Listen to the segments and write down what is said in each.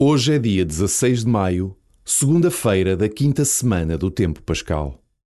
Hoje é dia 16 de maio, segunda-feira da quinta semana do tempo pascal.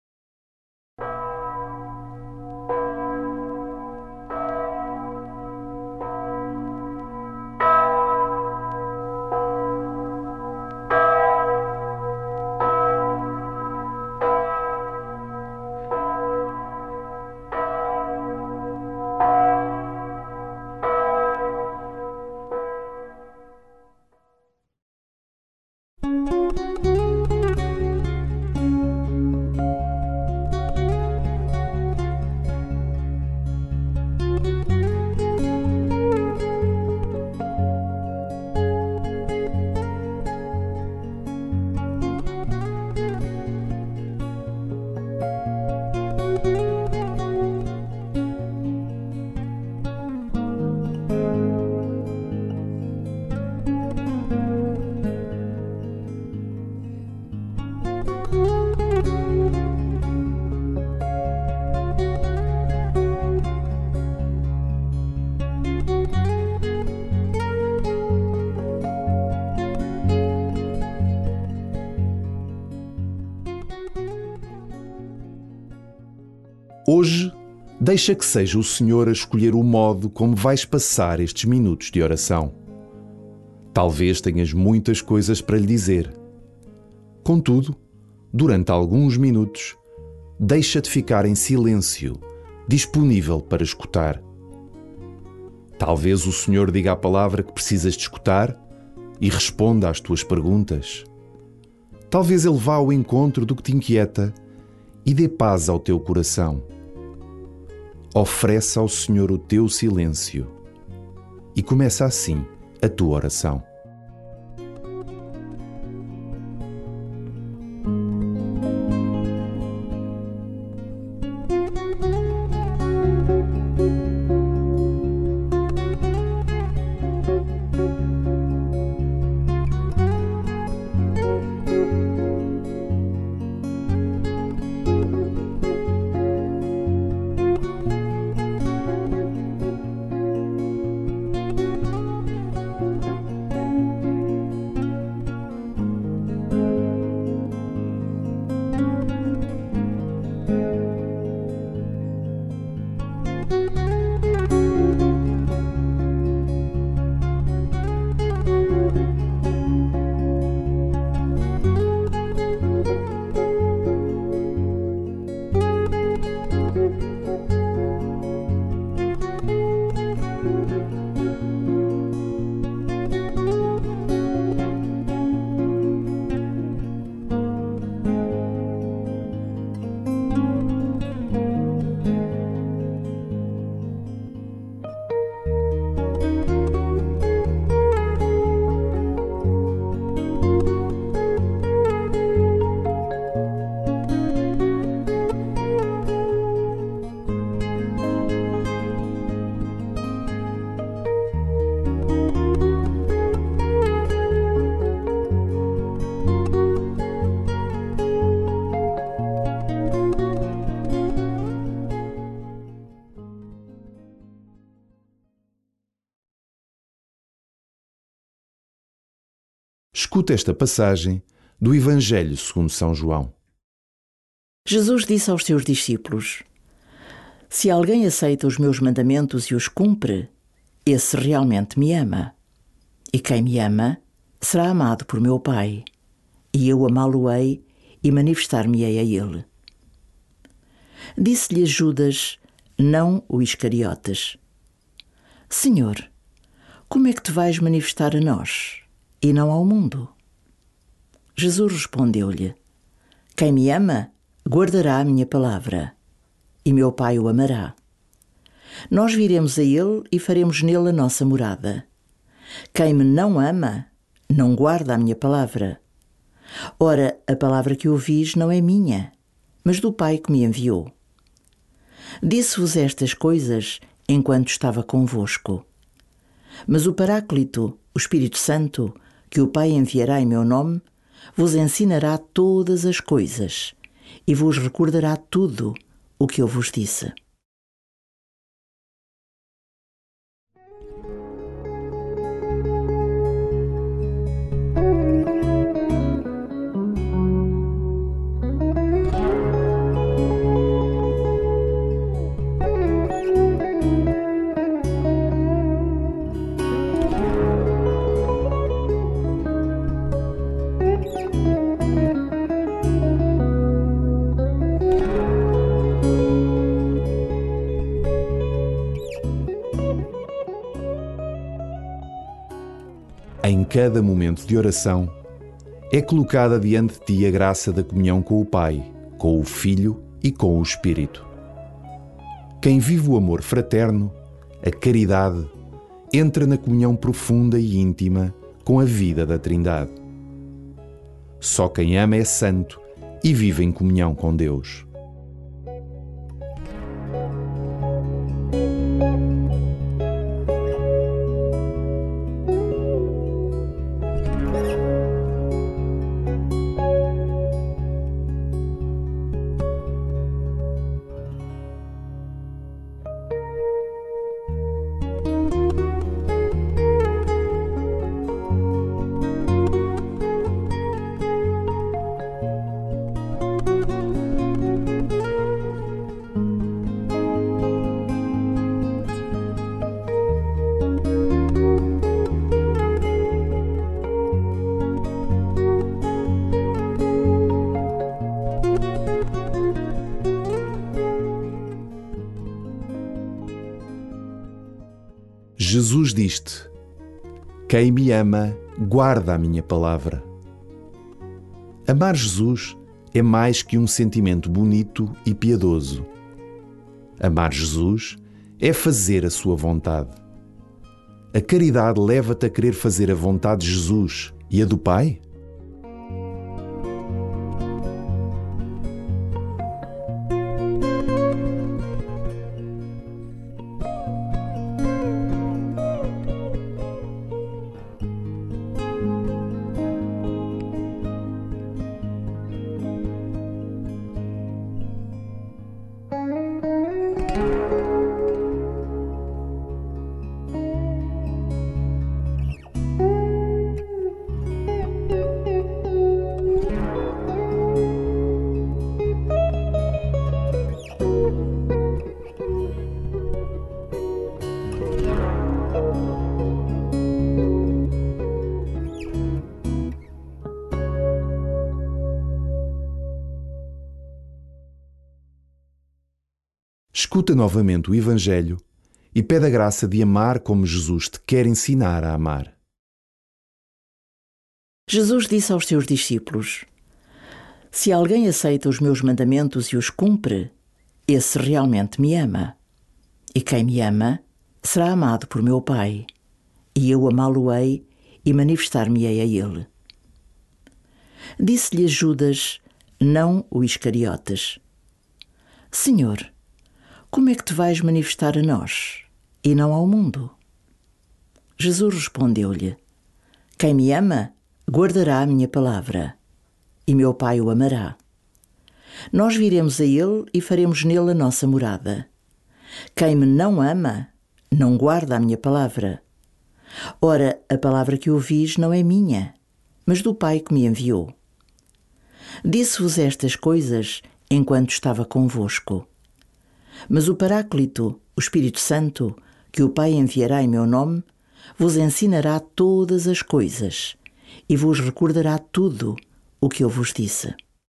Hoje, deixa que seja o Senhor a escolher o modo como vais passar estes minutos de oração. Talvez tenhas muitas coisas para lhe dizer. Contudo, durante alguns minutos, deixa-te ficar em silêncio, disponível para escutar. Talvez o Senhor diga a palavra que precisas de escutar e responda às tuas perguntas. Talvez Ele vá ao encontro do que te inquieta e dê paz ao teu coração. Oferece ao Senhor o teu silêncio e começa assim a tua oração. Escuta esta passagem do Evangelho segundo São João. Jesus disse aos seus discípulos: Se alguém aceita os meus mandamentos e os cumpre, esse realmente me ama. E quem me ama será amado por meu Pai, e eu amá-lo-ei e manifestar-me-ei a ele. Disse-lhe Judas, não o Iscariotes: Senhor, como é que te vais manifestar a nós e não ao mundo? Jesus respondeu-lhe: Quem me ama, guardará a minha palavra, e meu Pai o amará. Nós viremos a ele e faremos nele a nossa morada. Quem me não ama, não guarda a minha palavra. Ora, a palavra que ouvis não é minha, mas do Pai que me enviou. Disse-vos estas coisas enquanto estava convosco. Mas o Paráclito, o Espírito Santo, que o Pai enviará em meu nome, vos ensinará todas as coisas e vos recordará tudo o que eu vos disse. Em cada momento de oração, é colocada diante de ti a graça da comunhão com o Pai, com o Filho e com o Espírito. Quem vive o amor fraterno, a caridade, entra na comunhão profunda e íntima com a vida da Trindade. Só quem ama é santo e vive em comunhão com Deus. Jesus diz-te: quem me ama, guarda a minha palavra. Amar Jesus é mais que um sentimento bonito e piedoso. Amar Jesus é fazer a sua vontade. A caridade leva-te a querer fazer a vontade de Jesus e a do Pai? Escuta novamente o Evangelho e pede a graça de amar como Jesus te quer ensinar a amar. Jesus disse aos seus discípulos: se alguém aceita os meus mandamentos e os cumpre, esse realmente me ama. E quem me ama será amado por meu Pai, e eu amá-lo-ei e manifestar-me-ei a ele. Disse-lhe Judas, não o Iscariotes: Senhor, como é que te vais manifestar a nós e não ao mundo? Jesus respondeu-lhe: quem me ama, guardará a minha palavra, e meu Pai o amará. Nós viremos a ele e faremos nele a nossa morada. Quem me não ama, não guarda a minha palavra. Ora, a palavra que ouvis não é minha, mas do Pai que me enviou. Disse-vos estas coisas enquanto estava convosco. Mas o Paráclito, o Espírito Santo, que o Pai enviará em meu nome, vos ensinará todas as coisas e vos recordará tudo o que eu vos disse.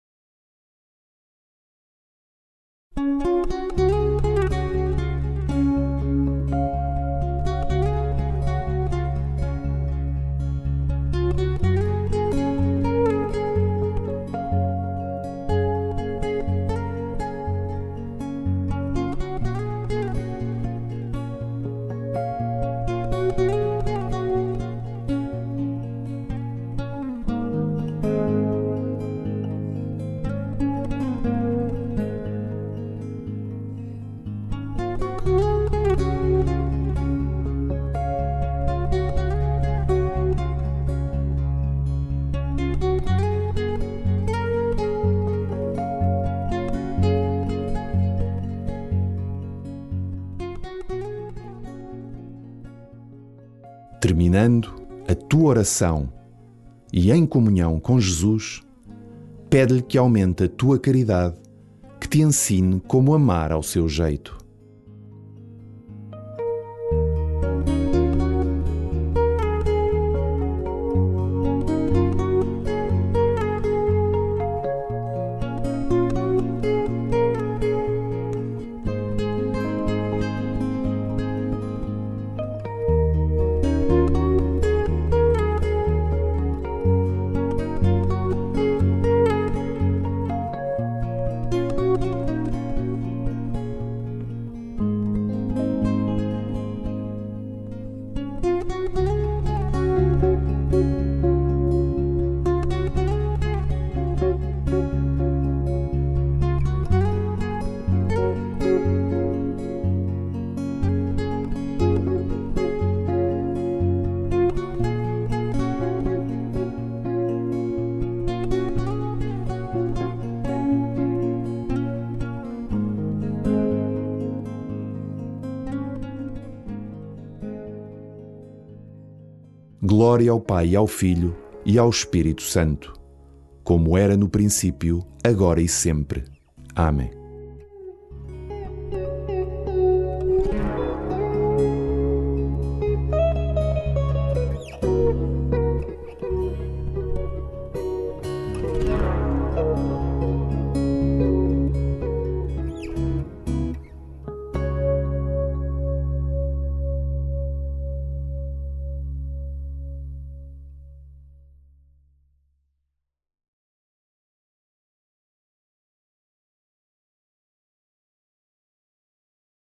Terminando a tua oração e em comunhão com Jesus, pede-lhe que aumente a tua caridade, que te ensine como amar ao seu jeito. Glória ao Pai, e ao Filho e ao Espírito Santo, como era no princípio, agora e sempre. Amém.